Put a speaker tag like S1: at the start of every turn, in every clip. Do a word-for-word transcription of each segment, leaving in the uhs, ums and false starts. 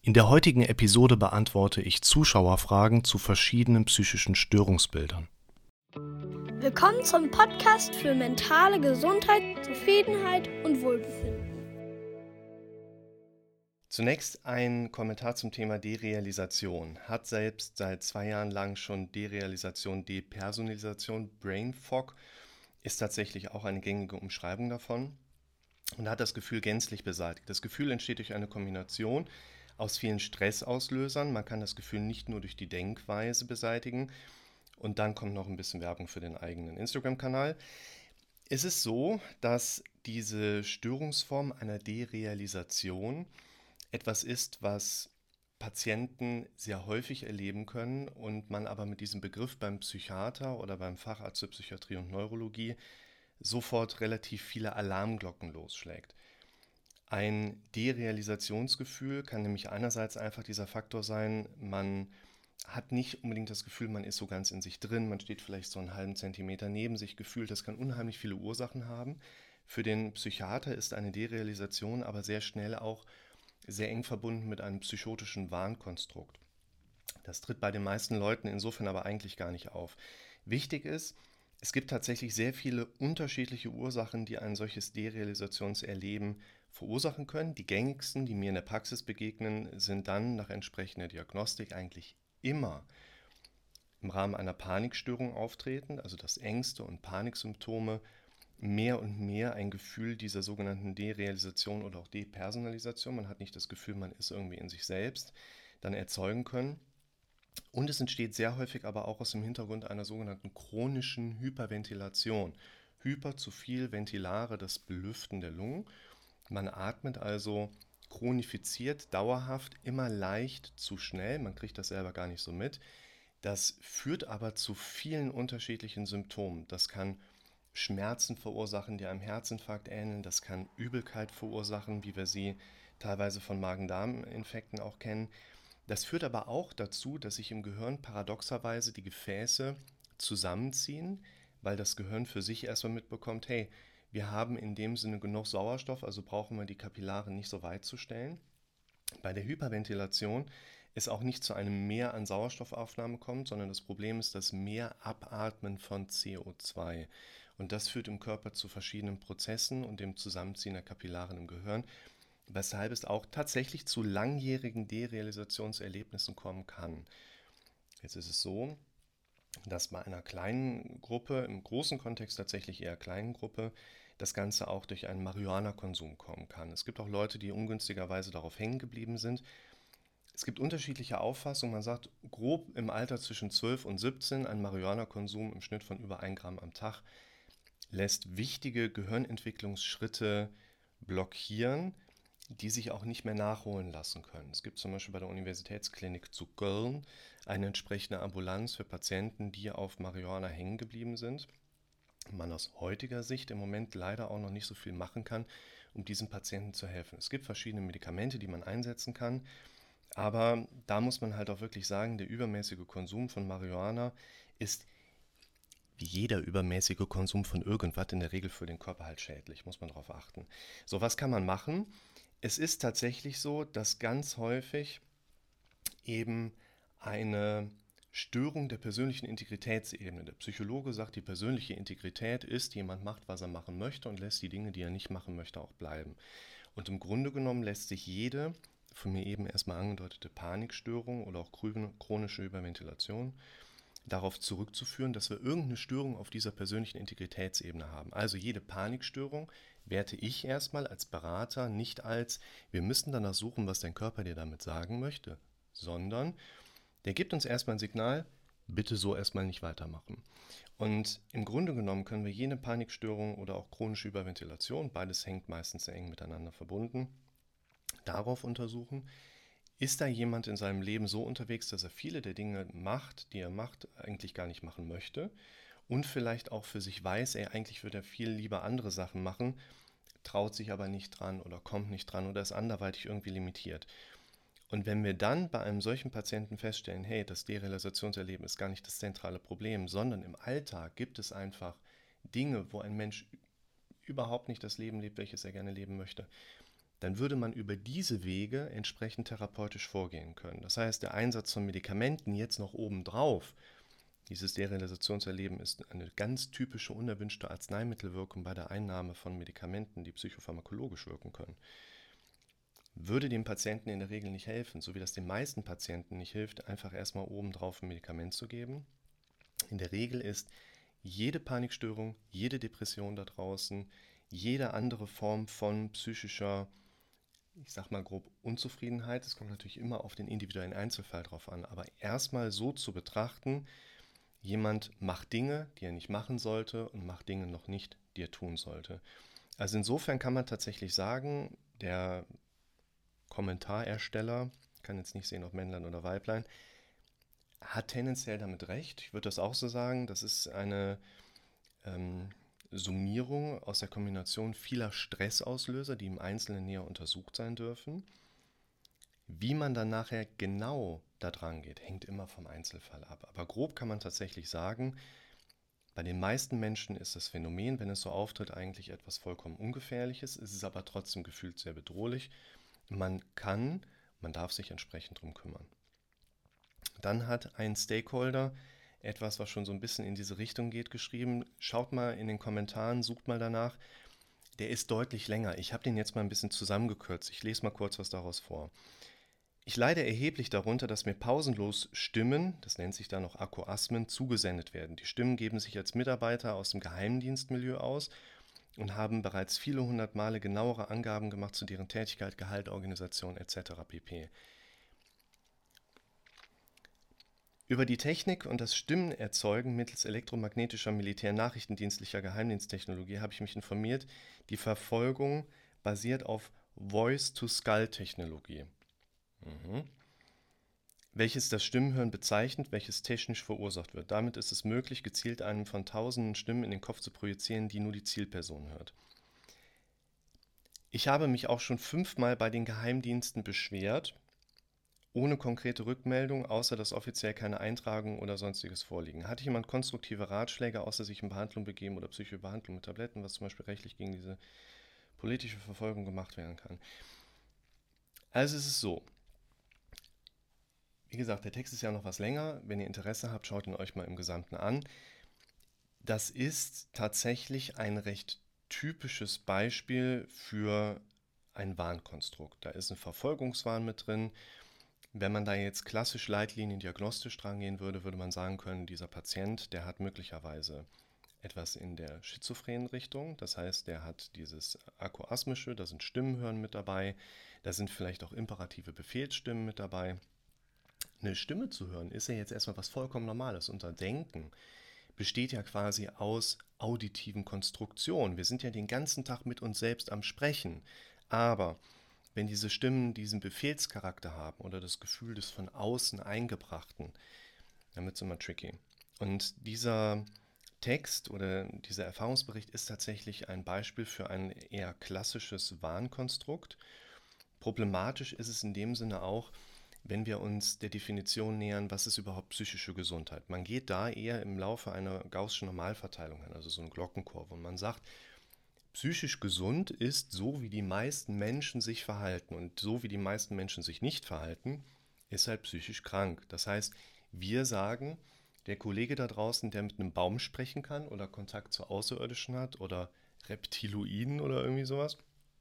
S1: In der heutigen Episode beantworte ich Zuschauerfragen zu verschiedenen psychischen Störungsbildern.
S2: Willkommen zum Podcast für mentale Gesundheit, Zufriedenheit und Wohlbefinden.
S1: Zunächst ein Kommentar zum Thema Derealisation. Hat selbst seit zwei Jahren lang schon Derealisation, Depersonalisation, Brain Fog, ist tatsächlich auch eine gängige Umschreibung davon und hat das Gefühl gänzlich beseitigt. Das Gefühl entsteht durch eine Kombination aus vielen Stressauslösern. Man kann das Gefühl nicht nur durch die Denkweise beseitigen. Und dann kommt noch ein bisschen Werbung für den eigenen Instagram-Kanal. Es ist so, dass diese Störungsform einer Derealisation etwas ist, was Patienten sehr häufig erleben können und man aber mit diesem Begriff beim Psychiater oder beim Facharzt für Psychiatrie und Neurologie sofort relativ viele Alarmglocken losschlägt. Ein Derealisationsgefühl kann nämlich einerseits einfach dieser Faktor sein, man hat nicht unbedingt das Gefühl, man ist so ganz in sich drin, man steht vielleicht so einen halben Zentimeter neben sich gefühlt, das kann unheimlich viele Ursachen haben. Für den Psychiater ist eine Derealisation aber sehr schnell auch sehr eng verbunden mit einem psychotischen Wahnkonstrukt. Das tritt bei den meisten Leuten insofern aber eigentlich gar nicht auf. Wichtig ist, es gibt tatsächlich sehr viele unterschiedliche Ursachen, die ein solches Derealisationserleben verursachen können. Die gängigsten, die mir in der Praxis begegnen, sind dann nach entsprechender Diagnostik eigentlich immer im Rahmen einer Panikstörung auftreten, also dass Ängste und Paniksymptome mehr und mehr ein Gefühl dieser sogenannten Derealisation oder auch Depersonalisation, man hat nicht das Gefühl, man ist irgendwie in sich selbst, dann erzeugen können. Und es entsteht sehr häufig aber auch aus dem Hintergrund einer sogenannten chronischen Hyperventilation. Hyper, zu viel, Ventilare, das Belüften der Lungen. Man atmet also chronifiziert, dauerhaft, immer leicht zu schnell. Man kriegt das selber gar nicht so mit. Das führt aber zu vielen unterschiedlichen Symptomen. Das kann Schmerzen verursachen, die einem Herzinfarkt ähneln. Das kann Übelkeit verursachen, wie wir sie teilweise von Magen-Darm-Infekten auch kennen. Das führt aber auch dazu, dass sich im Gehirn paradoxerweise die Gefäße zusammenziehen, weil das Gehirn für sich erstmal mitbekommt, hey, wir haben in dem Sinne genug Sauerstoff, also brauchen wir die Kapillare nicht so weit zu stellen. Bei der Hyperventilation es auch nicht zu einem Mehr an Sauerstoffaufnahme kommt, sondern das Problem ist das Mehrabatmen von C O zwei. Und das führt im Körper zu verschiedenen Prozessen und dem Zusammenziehen der Kapillaren im Gehirn, weshalb es auch tatsächlich zu langjährigen Derealisationserlebnissen kommen kann. Jetzt ist es so, dass bei einer kleinen Gruppe, im großen Kontext tatsächlich eher kleinen Gruppe, das Ganze auch durch einen Marihuana-Konsum kommen kann. Es gibt auch Leute, die ungünstigerweise darauf hängen geblieben sind. Es gibt unterschiedliche Auffassungen. Man sagt, grob im Alter zwischen zwölf und siebzehn, ein Marihuana-Konsum im Schnitt von über ein Gramm am Tag lässt wichtige Gehirnentwicklungsschritte blockieren, die sich auch nicht mehr nachholen lassen können. Es gibt zum Beispiel bei der Universitätsklinik zu Köln eine entsprechende Ambulanz für Patienten, die auf Marihuana hängen geblieben sind. Man aus heutiger Sicht im Moment leider auch noch nicht so viel machen kann, um diesen Patienten zu helfen. Es gibt verschiedene Medikamente, die man einsetzen kann, aber da muss man halt auch wirklich sagen, der übermäßige Konsum von Marihuana ist wie jeder übermäßige Konsum von irgendwas in der Regel für den Körper halt schädlich, muss man darauf achten. So, was kann man machen? Es ist tatsächlich so, dass ganz häufig eben eine Störung der persönlichen Integritätsebene. Der Psychologe sagt, die persönliche Integrität ist, jemand macht, was er machen möchte und lässt die Dinge, die er nicht machen möchte, auch bleiben. Und im Grunde genommen lässt sich jede, von mir eben erstmal angedeutete Panikstörung oder auch chronische Hyperventilation darauf zurückzuführen, dass wir irgendeine Störung auf dieser persönlichen Integritätsebene haben. Also jede Panikstörung werte ich erstmal als Berater nicht als, wir müssen danach suchen, was dein Körper dir damit sagen möchte, sondern der gibt uns erstmal ein Signal, bitte so erstmal nicht weitermachen. Und im Grunde genommen können wir jene Panikstörung oder auch chronische Überventilation, beides hängt meistens sehr eng miteinander verbunden, darauf untersuchen, ist da jemand in seinem Leben so unterwegs, dass er viele der Dinge macht, die er macht, eigentlich gar nicht machen möchte und vielleicht auch für sich weiß, ey, eigentlich würde er viel lieber andere Sachen machen, traut sich aber nicht dran oder kommt nicht dran oder ist anderweitig irgendwie limitiert. Und wenn wir dann bei einem solchen Patienten feststellen, hey, das Derealisationserleben ist gar nicht das zentrale Problem, sondern im Alltag gibt es einfach Dinge, wo ein Mensch überhaupt nicht das Leben lebt, welches er gerne leben möchte, dann würde man über diese Wege entsprechend therapeutisch vorgehen können. Das heißt, der Einsatz von Medikamenten jetzt noch obendrauf, dieses Derealisationserleben ist eine ganz typische unerwünschte Arzneimittelwirkung bei der Einnahme von Medikamenten, die psychopharmakologisch wirken können, würde dem Patienten in der Regel nicht helfen, so wie das den meisten Patienten nicht hilft, einfach erstmal obendrauf ein Medikament zu geben. In der Regel ist jede Panikstörung, jede Depression da draußen, jede andere Form von psychischer, ich sag mal grob, Unzufriedenheit, es kommt natürlich immer auf den individuellen Einzelfall drauf an, aber erstmal so zu betrachten, jemand macht Dinge, die er nicht machen sollte und macht Dinge noch nicht, die er tun sollte. Also insofern kann man tatsächlich sagen, der Kommentarersteller, kann jetzt nicht sehen, ob Männlein oder Weiblein, hat tendenziell damit recht. Ich würde das auch so sagen, das ist eine ähm, Summierung aus der Kombination vieler Stressauslöser, die im Einzelnen näher untersucht sein dürfen. Wie man dann nachher genau da dran geht, hängt immer vom Einzelfall ab. Aber grob kann man tatsächlich sagen, bei den meisten Menschen ist das Phänomen, wenn es so auftritt, eigentlich etwas vollkommen Ungefährliches. Es ist aber trotzdem gefühlt sehr bedrohlich. Man kann, man darf sich entsprechend drum kümmern. Dann hat ein Stakeholder etwas, was schon so ein bisschen in diese Richtung geht, geschrieben. Schaut mal in den Kommentaren, sucht mal danach. Der ist deutlich länger. Ich habe den jetzt mal ein bisschen zusammengekürzt. Ich lese mal kurz was daraus vor. Ich leide erheblich darunter, dass mir pausenlos Stimmen, das nennt sich dann noch Akoasmen, zugesendet werden. Die Stimmen geben sich als Mitarbeiter aus dem Geheimdienstmilieu aus und haben bereits viele hundert Male genauere Angaben gemacht zu deren Tätigkeit, Gehalt, Organisation et cetera pp. Über die Technik und das Stimmenerzeugen mittels elektromagnetischer militär-nachrichtendienstlicher Geheimdiensttechnologie habe ich mich informiert. Die Verfolgung basiert auf Voice-to-Skull-Technologie. Mhm. Welches das Stimmenhören bezeichnet, welches technisch verursacht wird. Damit ist es möglich, gezielt einem von tausenden Stimmen in den Kopf zu projizieren, die nur die Zielperson hört. Ich habe mich auch schon fünfmal bei den Geheimdiensten beschwert, ohne konkrete Rückmeldung, außer dass offiziell keine Eintragung oder sonstiges vorliegen. Hatte jemand konstruktive Ratschläge, außer sich in Behandlung begeben oder psychische Behandlung mit Tabletten, was zum Beispiel rechtlich gegen diese politische Verfolgung gemacht werden kann? Also es ist so. Wie gesagt, der Text ist ja noch was länger. Wenn ihr Interesse habt, schaut ihn euch mal im Gesamten an. Das ist tatsächlich ein recht typisches Beispiel für ein Warnkonstrukt. Da ist ein Verfolgungswahn mit drin. Wenn man da jetzt klassisch Leitlinien diagnostisch dran gehen würde, würde man sagen können, dieser Patient, der hat möglicherweise etwas in der schizophrenen Richtung. Das heißt, der hat dieses Akoasmische, da sind Stimmenhören mit dabei, da sind vielleicht auch imperative Befehlsstimmen mit dabei. Eine Stimme zu hören ist ja jetzt erstmal was vollkommen Normales. Unser Denken besteht ja quasi aus auditiven Konstruktionen. Wir sind ja den ganzen Tag mit uns selbst am Sprechen. Aber wenn diese Stimmen diesen Befehlscharakter haben oder das Gefühl des von außen Eingebrachten, dann wird es immer tricky. Und dieser Text oder dieser Erfahrungsbericht ist tatsächlich ein Beispiel für ein eher klassisches Warnkonstrukt. Problematisch ist es in dem Sinne auch, wenn wir uns der Definition nähern, was ist überhaupt psychische Gesundheit. Man geht da eher im Laufe einer gaußschen Normalverteilung hin, also so eine Glockenkurve. Und man sagt, psychisch gesund ist so, wie die meisten Menschen sich verhalten. Und so, wie die meisten Menschen sich nicht verhalten, ist halt psychisch krank. Das heißt, wir sagen, der Kollege da draußen, der mit einem Baum sprechen kann oder Kontakt zu Außerirdischen hat oder Reptiloiden oder irgendwie sowas,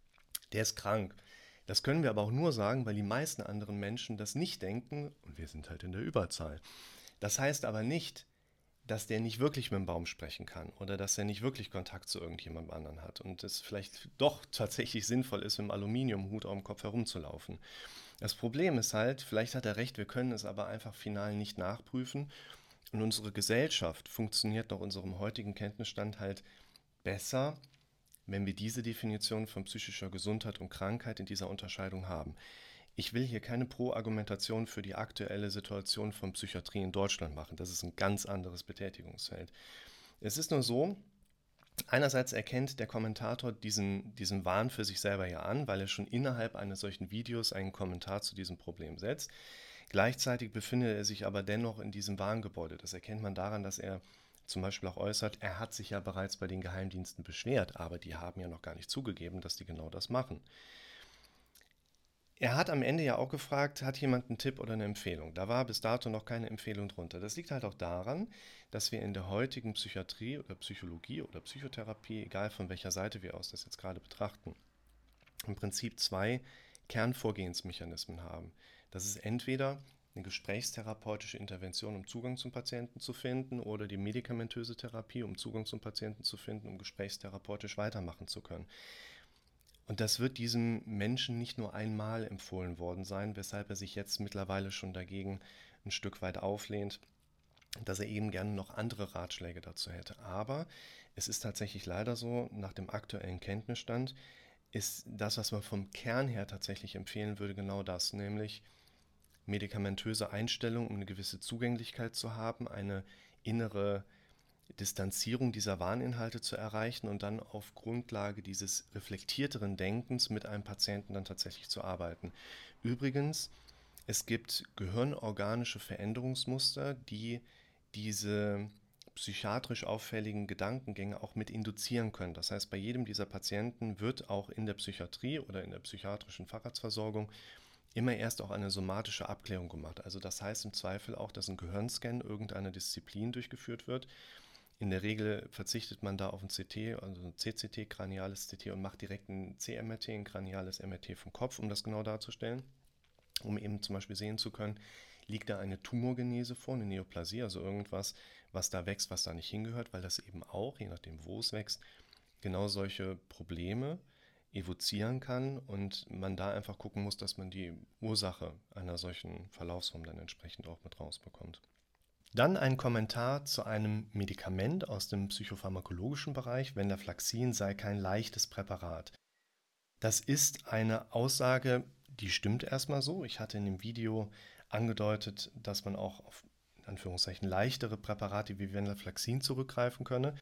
S1: der ist krank. Das können wir aber auch nur sagen, weil die meisten anderen Menschen das nicht denken und wir sind halt in der Überzahl. Das heißt aber nicht, dass der nicht wirklich mit dem Baum sprechen kann oder dass er nicht wirklich Kontakt zu irgendjemandem anderen hat und es vielleicht doch tatsächlich sinnvoll ist, mit dem Aluminiumhut auf dem Kopf herumzulaufen. Das Problem ist halt, vielleicht hat er recht, wir können es aber einfach final nicht nachprüfen und unsere Gesellschaft funktioniert nach unserem heutigen Kenntnisstand halt besser, wenn wir diese Definition von psychischer Gesundheit und Krankheit in dieser Unterscheidung haben. Ich will hier keine Pro-Argumentation für die aktuelle Situation von Psychiatrie in Deutschland machen. Das ist ein ganz anderes Betätigungsfeld. Es ist nur so, einerseits erkennt der Kommentator diesen, diesen Wahn für sich selber ja an, weil er schon innerhalb eines solchen Videos einen Kommentar zu diesem Problem setzt. Gleichzeitig befindet er sich aber dennoch in diesem Warngebäude. Das erkennt man daran, dass er zum Beispiel auch äußert, er hat sich ja bereits bei den Geheimdiensten beschwert, aber die haben ja noch gar nicht zugegeben, dass die genau das machen. Er hat am Ende ja auch gefragt, hat jemand einen Tipp oder eine Empfehlung? Da war bis dato noch keine Empfehlung drunter. Das liegt halt auch daran, dass wir in der heutigen Psychiatrie oder Psychologie oder Psychotherapie, egal von welcher Seite wir aus das jetzt gerade betrachten, im Prinzip zwei Kernvorgehensmechanismen haben. Das ist entweder eine gesprächstherapeutische Intervention, um Zugang zum Patienten zu finden, oder die medikamentöse Therapie, um Zugang zum Patienten zu finden, um gesprächstherapeutisch weitermachen zu können. Und das wird diesem Menschen nicht nur einmal empfohlen worden sein, weshalb er sich jetzt mittlerweile schon dagegen ein Stück weit auflehnt, dass er eben gerne noch andere Ratschläge dazu hätte. Aber es ist tatsächlich leider so, nach dem aktuellen Kenntnisstand ist das, was man vom Kern her tatsächlich empfehlen würde, genau das, nämlich medikamentöse Einstellung, um eine gewisse Zugänglichkeit zu haben, eine innere Distanzierung dieser Warninhalte zu erreichen und dann auf Grundlage dieses reflektierteren Denkens mit einem Patienten dann tatsächlich zu arbeiten. Übrigens, es gibt gehirnorganische Veränderungsmuster, die diese psychiatrisch auffälligen Gedankengänge auch mit induzieren können. Das heißt, bei jedem dieser Patienten wird auch in der Psychiatrie oder in der psychiatrischen Facharztversorgung immer erst auch eine somatische Abklärung gemacht. Also das heißt im Zweifel auch, dass ein Gehirnscan irgendeiner Disziplin durchgeführt wird. In der Regel verzichtet man da auf ein C T, also ein C C T, kraniales C T, und macht direkt ein C M R T, ein kraniales M R T vom Kopf, um das genau darzustellen, um eben zum Beispiel sehen zu können, liegt da eine Tumorgenese vor, eine Neoplasie, also irgendwas, was da wächst, was da nicht hingehört, weil das eben auch, je nachdem wo es wächst, genau solche Probleme evozieren kann und man da einfach gucken muss, dass man die Ursache einer solchen Verlaufsform dann entsprechend auch mit rausbekommt. Dann ein Kommentar zu einem Medikament aus dem psychopharmakologischen Bereich: Venlafaxin sei kein leichtes Präparat. Das ist eine Aussage, die stimmt erstmal so. Ich hatte in dem Video angedeutet, dass man auch auf in Anführungszeichen leichtere Präparate wie Venlafaxin zurückgreifen könne.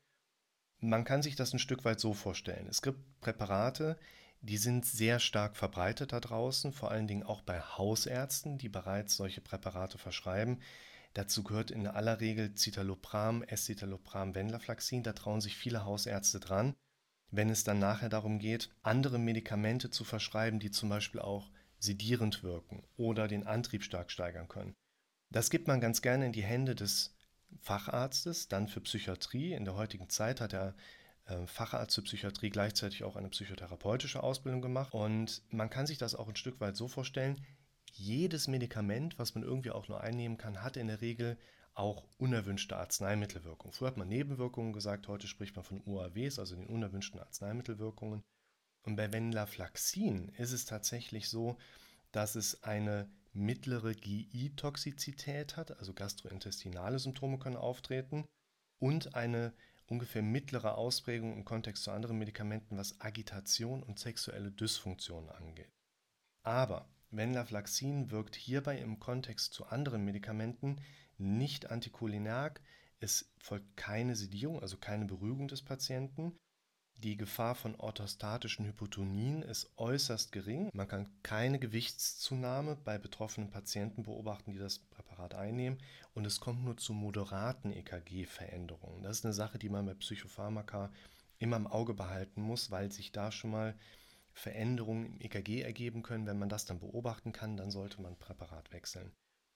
S1: Man kann sich das ein Stück weit so vorstellen. Es gibt Präparate, die sind sehr stark verbreitet da draußen, vor allen Dingen auch bei Hausärzten, die bereits solche Präparate verschreiben. Dazu gehört in aller Regel Citalopram, Escitalopram, Venlafaxin. Da trauen sich viele Hausärzte dran. Wenn es dann nachher darum geht, andere Medikamente zu verschreiben, die zum Beispiel auch sedierend wirken oder den Antrieb stark steigern können. Das gibt man ganz gerne in die Hände des Facharztes, dann für Psychiatrie. In der heutigen Zeit hat der äh, Facharzt für Psychiatrie gleichzeitig auch eine psychotherapeutische Ausbildung gemacht. Und man kann sich das auch ein Stück weit so vorstellen: Jedes Medikament, was man irgendwie auch nur einnehmen kann, hat in der Regel auch unerwünschte Arzneimittelwirkungen. Früher hat man Nebenwirkungen gesagt, heute spricht man von U A Ws, also den unerwünschten Arzneimittelwirkungen. Und bei Venlafaxin ist es tatsächlich so, dass es eine mittlere G I-Toxizität hat, also gastrointestinale Symptome können auftreten, und eine ungefähr mittlere Ausprägung im Kontext zu anderen Medikamenten, was Agitation und sexuelle Dysfunktion angeht. Aber Venlafaxin wirkt hierbei im Kontext zu anderen Medikamenten nicht antikulinerg. Es folgt keine Sedierung, also keine Beruhigung des Patienten. Die Gefahr von orthostatischen Hypotonien ist äußerst gering. Man kann keine Gewichtszunahme bei betroffenen Patienten beobachten, die das Präparat einnehmen. Und es kommt nur zu moderaten E K G-Veränderungen. Das ist eine Sache, die man bei Psychopharmaka immer im Auge behalten muss, weil sich da schon mal Veränderungen im E K G ergeben können. Wenn man das dann beobachten kann, dann sollte man Präparat wechseln.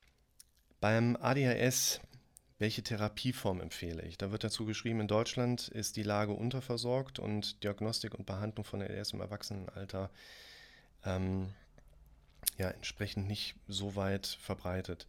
S1: Beim A D H S, welche Therapieform empfehle ich? Da wird dazu geschrieben, in Deutschland ist die Lage unterversorgt und Diagnostik und Behandlung von A D H S im Erwachsenenalter ähm, ja, entsprechend nicht so weit verbreitet.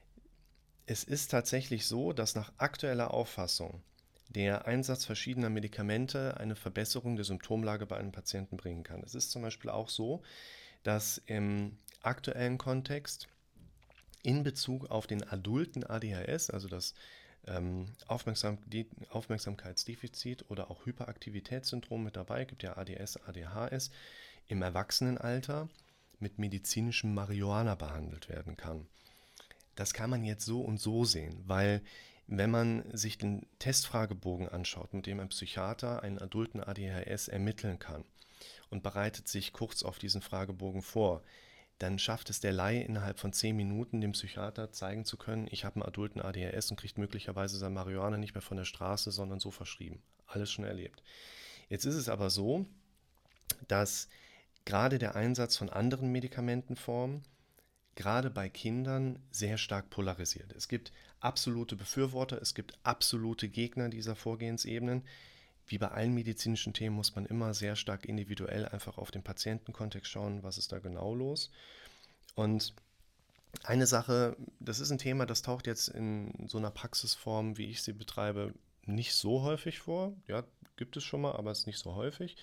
S1: Es ist tatsächlich so, dass nach aktueller Auffassung der Einsatz verschiedener Medikamente eine Verbesserung der Symptomlage bei einem Patienten bringen kann. Es ist zum Beispiel auch so, dass im aktuellen Kontext in Bezug auf den adulten A D H S, also das ähm, Aufmerksam Aufmerksamkeitsdefizit oder auch Hyperaktivitätssyndrom mit dabei, gibt ja A D S, A D H S, im Erwachsenenalter mit medizinischem Marihuana behandelt werden kann. Das kann man jetzt so und so sehen, weil wenn man sich den Testfragebogen anschaut, mit dem ein Psychiater einen adulten A D H S ermitteln kann und bereitet sich kurz auf diesen Fragebogen vor, dann schafft es der Laie innerhalb von zehn Minuten dem Psychiater zeigen zu können, ich habe einen adulten A D H S und kriegt möglicherweise sein Marihuana nicht mehr von der Straße, sondern so verschrieben. Alles schon erlebt. Jetzt ist es aber so, dass gerade der Einsatz von anderen Medikamentenformen, gerade bei Kindern, sehr stark polarisiert. Es gibt absolute Befürworter, es gibt absolute Gegner dieser Vorgehensebenen. Wie bei allen medizinischen Themen muss man immer sehr stark individuell einfach auf den Patientenkontext schauen, was ist da genau los. Und eine Sache, das ist ein Thema, das taucht jetzt in so einer Praxisform, wie ich sie betreibe, nicht so häufig vor. Ja, gibt es schon mal, aber es ist nicht so häufig.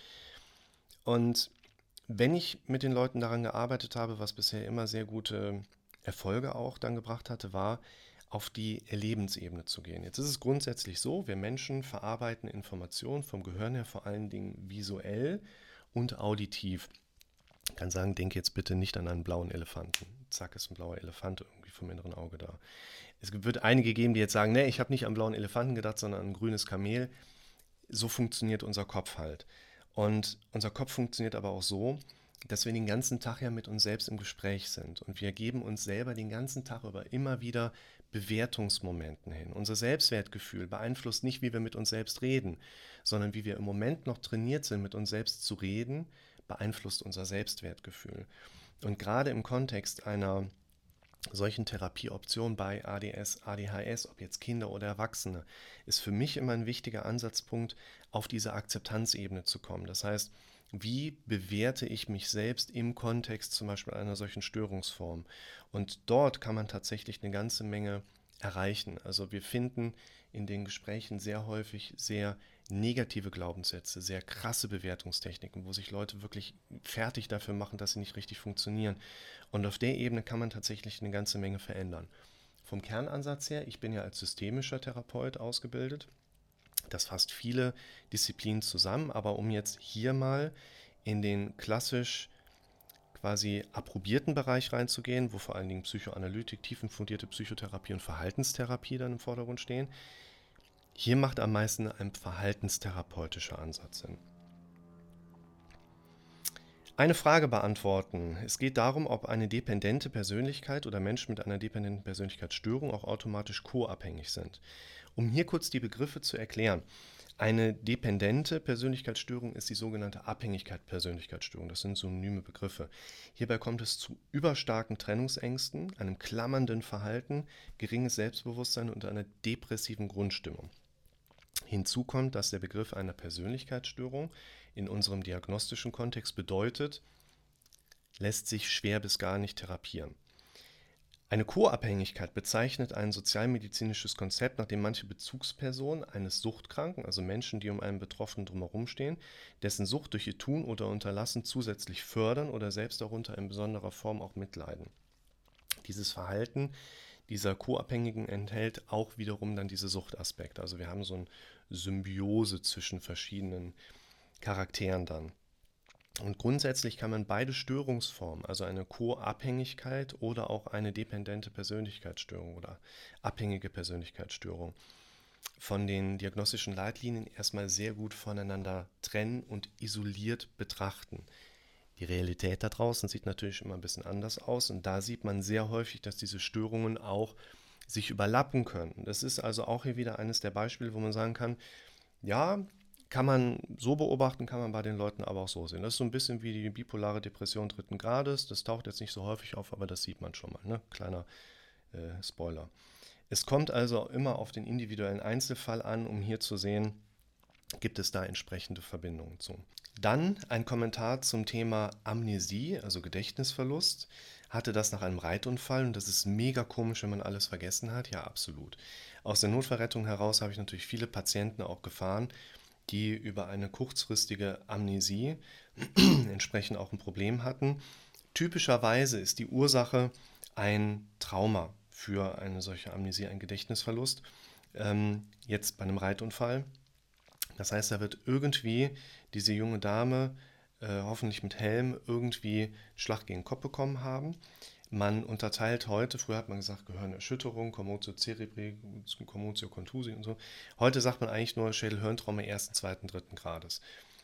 S1: Und wenn ich mit den Leuten daran gearbeitet habe, was bisher immer sehr gute Erfolge auch dann gebracht hatte, war, auf die Erlebensebene zu gehen. Jetzt ist es grundsätzlich so, wir Menschen verarbeiten Informationen vom Gehirn her vor allen Dingen visuell und auditiv. Ich kann sagen, denke jetzt bitte nicht an einen blauen Elefanten. Zack, ist ein blauer Elefant irgendwie vom inneren Auge da. Es wird einige geben, die jetzt sagen, nee, ich habe nicht an einen blauen Elefanten gedacht, sondern an ein grünes Kamel. So funktioniert unser Kopf halt. Und unser Kopf funktioniert aber auch so, dass wir den ganzen Tag ja mit uns selbst im Gespräch sind. Und wir geben uns selber den ganzen Tag über immer wieder Bewertungsmomenten hin. Unser Selbstwertgefühl beeinflusst nicht, wie wir mit uns selbst reden, sondern wie wir im Moment noch trainiert sind, mit uns selbst zu reden, beeinflusst unser Selbstwertgefühl. Und gerade im Kontext einer solchen Therapieoptionen bei A D S, A D H S, ob jetzt Kinder oder Erwachsene, ist für mich immer ein wichtiger Ansatzpunkt, auf diese Akzeptanzebene zu kommen. Das heißt, wie bewerte ich mich selbst im Kontext zum Beispiel einer solchen Störungsform? Und dort kann man tatsächlich eine ganze Menge erreichen. Also wir finden in den Gesprächen sehr häufig sehr negative Glaubenssätze, sehr krasse Bewertungstechniken, wo sich Leute wirklich fertig dafür machen, dass sie nicht richtig funktionieren. Und auf der Ebene kann man tatsächlich eine ganze Menge verändern. Vom Kernansatz her, ich bin ja als systemischer Therapeut ausgebildet. Das fasst viele Disziplinen zusammen, aber um jetzt hier mal in den klassisch quasi approbierten Bereich reinzugehen, wo vor allen Dingen Psychoanalytik, tiefenfundierte Psychotherapie und Verhaltenstherapie dann im Vordergrund stehen, hier macht am meisten ein verhaltenstherapeutischer Ansatz Sinn. Eine Frage beantworten. Es geht darum, ob eine dependente Persönlichkeit oder Menschen mit einer dependenten Persönlichkeitsstörung auch automatisch co-abhängig sind. Um hier kurz die Begriffe zu erklären. Eine dependente Persönlichkeitsstörung ist die sogenannte Abhängigkeit-Persönlichkeitsstörung. Das sind synonyme Begriffe. Hierbei kommt es zu überstarken Trennungsängsten, einem klammernden Verhalten, geringes Selbstbewusstsein und einer depressiven Grundstimmung. Hinzu kommt, dass der Begriff einer Persönlichkeitsstörung in unserem diagnostischen Kontext bedeutet, lässt sich schwer bis gar nicht therapieren. Eine Co-Abhängigkeit bezeichnet ein sozialmedizinisches Konzept, nach dem manche Bezugspersonen eines Suchtkranken, also Menschen, die um einen Betroffenen drumherum stehen, dessen Sucht durch ihr Tun oder Unterlassen zusätzlich fördern oder selbst darunter in besonderer Form auch mitleiden. Dieses Verhalten dieser Co-Abhängigen enthält auch wiederum dann diese Suchtaspekte. Also wir haben so eine Symbiose zwischen verschiedenen Charakteren dann. Und grundsätzlich kann man beide Störungsformen, also eine Co-Abhängigkeit oder auch eine dependente Persönlichkeitsstörung oder abhängige Persönlichkeitsstörung, von den diagnostischen Leitlinien erstmal sehr gut voneinander trennen und isoliert betrachten. Die Realität da draußen sieht natürlich immer ein bisschen anders aus und da sieht man sehr häufig, dass diese Störungen auch sich überlappen können. Das ist also auch hier wieder eines der Beispiele, wo man sagen kann, ja, kann man so beobachten, kann man bei den Leuten aber auch so sehen. Das ist so ein bisschen wie die bipolare Depression dritten Grades. Das taucht jetzt nicht so häufig auf, aber das sieht man schon mal. Ne? Kleiner äh, Spoiler. Es kommt also immer auf den individuellen Einzelfall an, um hier zu sehen, gibt es da entsprechende Verbindungen zu. Dann ein Kommentar zum Thema Amnesie, also Gedächtnisverlust. Hatte das nach einem Reitunfall und das ist mega komisch, wenn man alles vergessen hat? Ja, absolut. Aus der Notfallrettung heraus habe ich natürlich viele Patienten auch gefahren, die über eine kurzfristige Amnesie entsprechend auch ein Problem hatten. Typischerweise ist die Ursache ein Trauma für eine solche Amnesie, ein Gedächtnisverlust, ähm, jetzt bei einem Reitunfall. Das heißt, da wird irgendwie diese junge Dame, äh, hoffentlich mit Helm, irgendwie Schlag gegen den Kopf bekommen haben. Man unterteilt heute, früher hat man gesagt Gehirnerschütterung, Commotio cerebri, Commotio contusi und so. Heute sagt man eigentlich nur Schädel-Hirntrauma ersten, zweiten, dritten Grades.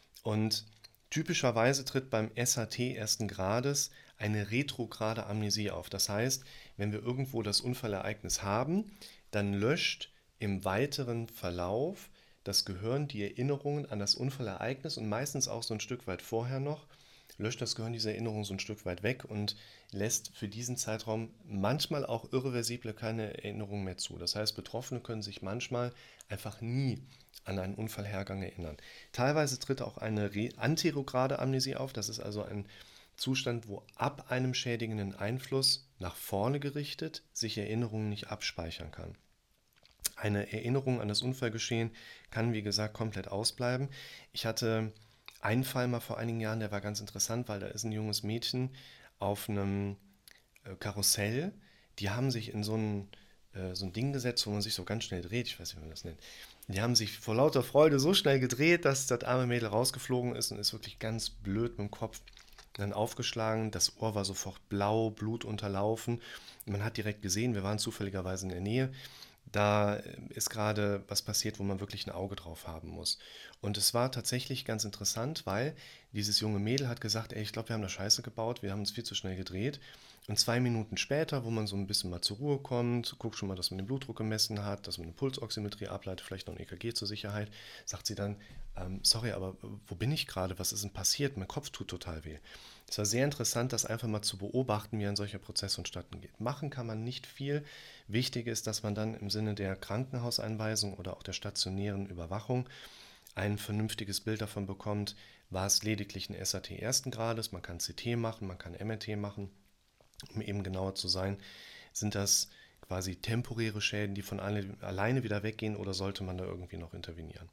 S1: Und typischerweise tritt beim S H T ersten Grades eine retrograde Amnesie auf. Das heißt, wenn wir irgendwo das Unfallereignis haben, dann löscht im weiteren Verlauf das Gehirn die Erinnerungen an das Unfallereignis und meistens auch so ein Stück weit vorher noch löscht das Gehirn diese Erinnerung so ein Stück weit weg und lässt für diesen Zeitraum manchmal auch irreversible keine Erinnerung mehr zu. Das heißt, Betroffene können sich manchmal einfach nie an einen Unfallhergang erinnern. Teilweise tritt auch eine anterograde Amnesie auf. Das ist also ein Zustand, wo ab einem schädigenden Einfluss nach vorne gerichtet sich Erinnerungen nicht abspeichern kann. Eine Erinnerung an das Unfallgeschehen kann, wie gesagt, komplett ausbleiben. Ich hatte einen Fall mal vor einigen Jahren, der war ganz interessant, weil da ist ein junges Mädchen auf einem Karussell. Die haben sich in so ein, äh, so ein Ding gesetzt, wo man sich so ganz schnell dreht. Ich weiß nicht, wie man das nennt. Die haben sich vor lauter Freude so schnell gedreht, dass das arme Mädel rausgeflogen ist und ist wirklich ganz blöd mit dem Kopf dann aufgeschlagen. Das Ohr war sofort blau, blutunterlaufen. Man hat direkt gesehen, wir waren zufälligerweise in der Nähe. Da ist gerade was passiert, wo man wirklich ein Auge drauf haben muss. Und es war tatsächlich ganz interessant, weil dieses junge Mädel hat gesagt, ey, ich glaube, wir haben da Scheiße gebaut, wir haben uns viel zu schnell gedreht. Und zwei Minuten später, wo man so ein bisschen mal zur Ruhe kommt, guckt schon mal, dass man den Blutdruck gemessen hat, dass man eine Pulsoximetrie ableitet, vielleicht noch ein E K G zur Sicherheit, sagt sie dann, ähm, sorry, aber wo bin ich gerade? Was ist denn passiert? Mein Kopf tut total weh. Es war sehr interessant, das einfach mal zu beobachten, wie ein solcher Prozess vonstatten geht. Machen kann man nicht viel. Wichtig ist, dass man dann im Sinne der Krankenhauseinweisung oder auch der stationären Überwachung ein vernünftiges Bild davon bekommt, war es lediglich ein S A T ersten Grades, man kann C T machen, man kann M R T machen, um eben genauer zu sein, sind das quasi temporäre Schäden, die von alle, alleine wieder weggehen oder sollte man da irgendwie noch intervenieren?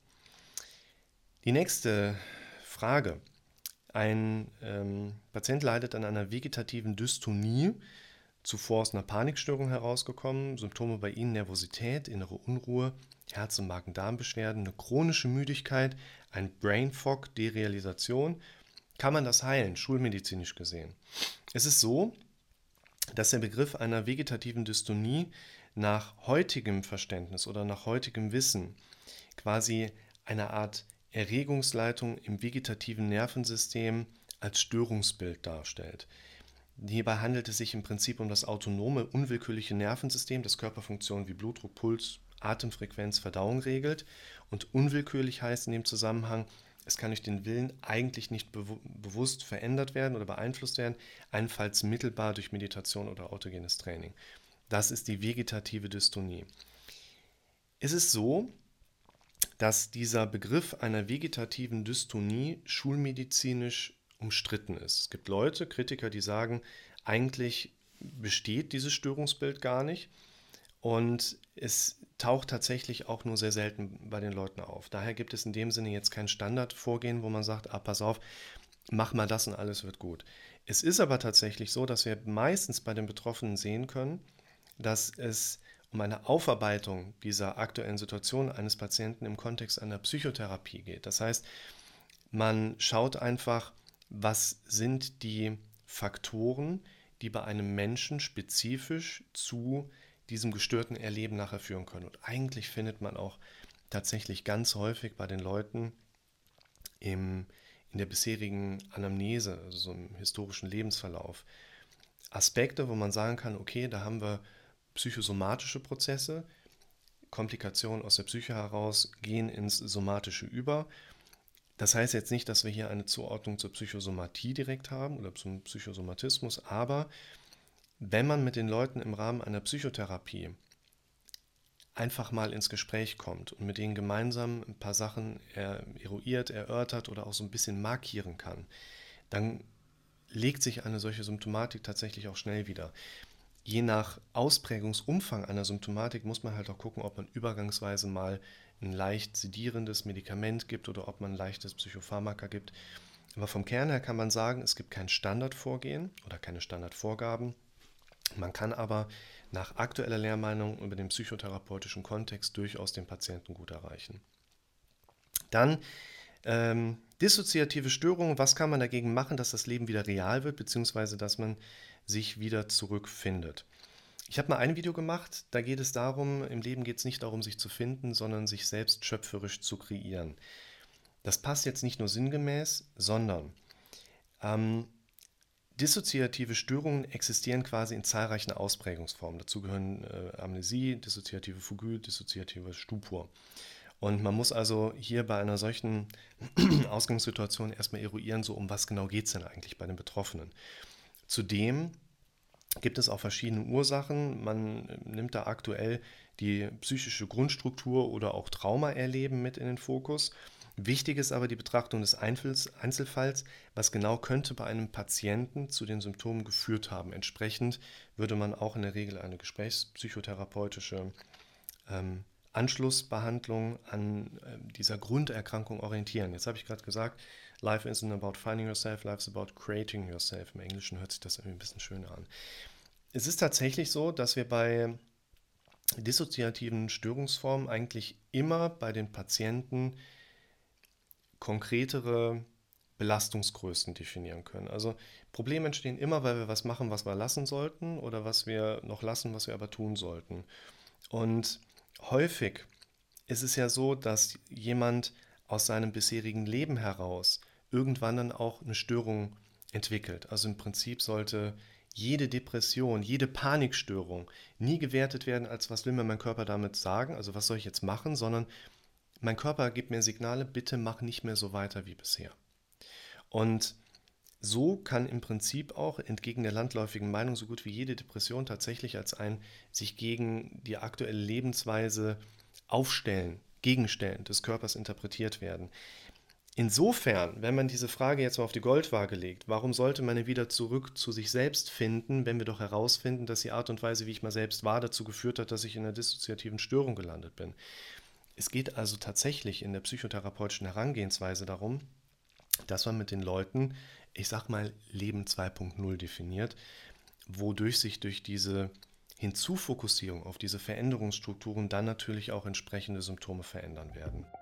S1: Die nächste Frage. Ein ähm, Patient leidet an einer vegetativen Dystonie, zuvor aus einer Panikstörung herausgekommen, Symptome bei Ihnen Nervosität, innere Unruhe, Herz- und Magen-Darm-Beschwerden, eine chronische Müdigkeit, ein Brain Fog, Derealisation. Kann man das heilen, schulmedizinisch gesehen? Es ist so, dass der Begriff einer vegetativen Dystonie nach heutigem Verständnis oder nach heutigem Wissen quasi eine Art Erregungsleitung im vegetativen Nervensystem als Störungsbild darstellt. Hierbei handelt es sich im Prinzip um das autonome, unwillkürliche Nervensystem, das Körperfunktionen wie Blutdruck, Puls, Atemfrequenz, Verdauung regelt. Und unwillkürlich heißt in dem Zusammenhang, es kann durch den Willen eigentlich nicht bewu- bewusst verändert werden oder beeinflusst werden, allenfalls mittelbar durch Meditation oder autogenes Training. Das ist die vegetative Dystonie. Es ist so, dass dieser Begriff einer vegetativen Dystonie schulmedizinisch umstritten ist. Es gibt Leute, Kritiker, die sagen, eigentlich besteht dieses Störungsbild gar nicht und es taucht tatsächlich auch nur sehr selten bei den Leuten auf. Daher gibt es in dem Sinne jetzt kein Standardvorgehen, wo man sagt, ah, pass auf, mach mal das und alles wird gut. Es ist aber tatsächlich so, dass wir meistens bei den Betroffenen sehen können, dass es um eine Aufarbeitung dieser aktuellen Situation eines Patienten im Kontext einer Psychotherapie geht. Das heißt, man schaut einfach, was sind die Faktoren, die bei einem Menschen spezifisch zu diesem gestörten Erleben nachher führen können. Und eigentlich findet man auch tatsächlich ganz häufig bei den Leuten im, in der bisherigen Anamnese, also so im historischen Lebensverlauf, Aspekte, wo man sagen kann, okay, da haben wir psychosomatische Prozesse, Komplikationen aus der Psyche heraus gehen ins Somatische über. Das heißt jetzt nicht, dass wir hier eine Zuordnung zur Psychosomatie direkt haben oder zum Psychosomatismus, aber wenn man mit den Leuten im Rahmen einer Psychotherapie einfach mal ins Gespräch kommt und mit denen gemeinsam ein paar Sachen eruiert, erörtert oder auch so ein bisschen markieren kann, dann legt sich eine solche Symptomatik tatsächlich auch schnell wieder. Je nach Ausprägungsumfang einer Symptomatik muss man halt auch gucken, ob man übergangsweise mal ein leicht sedierendes Medikament gibt oder ob man ein leichtes Psychopharmaka gibt. Aber vom Kern her kann man sagen, es gibt kein Standardvorgehen oder keine Standardvorgaben. Man kann aber nach aktueller Lehrmeinung über den psychotherapeutischen Kontext durchaus den Patienten gut erreichen. Dann ähm, dissoziative Störungen, was kann man dagegen machen, dass das Leben wieder real wird, beziehungsweise dass man sich wieder zurückfindet. Ich habe mal ein Video gemacht, da geht es darum, im Leben geht es nicht darum, sich zu finden, sondern sich selbst schöpferisch zu kreieren. Das passt jetzt nicht nur sinngemäß, sondern ähm, dissoziative Störungen existieren quasi in zahlreichen Ausprägungsformen. Dazu gehören äh, Amnesie, dissoziative Phobie, dissoziative Stupor. Und man muss also hier bei einer solchen Ausgangssituation erstmal eruieren, so um was genau geht es denn eigentlich bei den Betroffenen. Zudem gibt es auch verschiedene Ursachen. Man nimmt da aktuell die psychische Grundstruktur oder auch Traumaerleben mit in den Fokus. Wichtig ist aber die Betrachtung des Einzelfalls, was genau könnte bei einem Patienten zu den Symptomen geführt haben. Entsprechend würde man auch in der Regel eine gesprächspsychotherapeutische ähm, Anschlussbehandlung an äh, dieser Grunderkrankung orientieren. Jetzt habe ich gerade gesagt, life isn't about finding yourself, life is about creating yourself. Im Englischen hört sich das irgendwie ein bisschen schöner an. Es ist tatsächlich so, dass wir bei dissoziativen Störungsformen eigentlich immer bei den Patienten konkretere Belastungsgrößen definieren können. Also Probleme entstehen immer, weil wir was machen, was wir lassen sollten oder was wir noch lassen, was wir aber tun sollten. Und häufig ist es ja so, dass jemand aus seinem bisherigen Leben heraus irgendwann dann auch eine Störung entwickelt. Also im Prinzip sollte jede Depression, jede Panikstörung nie gewertet werden als, was will mir mein Körper damit sagen, also was soll ich jetzt machen, sondern mein Körper gibt mir Signale, bitte mach nicht mehr so weiter wie bisher. Und so kann im Prinzip auch entgegen der landläufigen Meinung so gut wie jede Depression tatsächlich als ein sich gegen die aktuelle Lebensweise aufstellen, gegenstellen des Körpers interpretiert werden. Insofern, wenn man diese Frage jetzt mal auf die Goldwaage legt, warum sollte man wieder zurück zu sich selbst finden, wenn wir doch herausfinden, dass die Art und Weise, wie ich mal selbst war, dazu geführt hat, dass ich in einer dissoziativen Störung gelandet bin. Es geht also tatsächlich in der psychotherapeutischen Herangehensweise darum, dass man mit den Leuten, ich sag mal, Leben zwei Punkt null definiert, wodurch sich durch diese Hinzufokussierung auf diese Veränderungsstrukturen dann natürlich auch entsprechende Symptome verändern werden.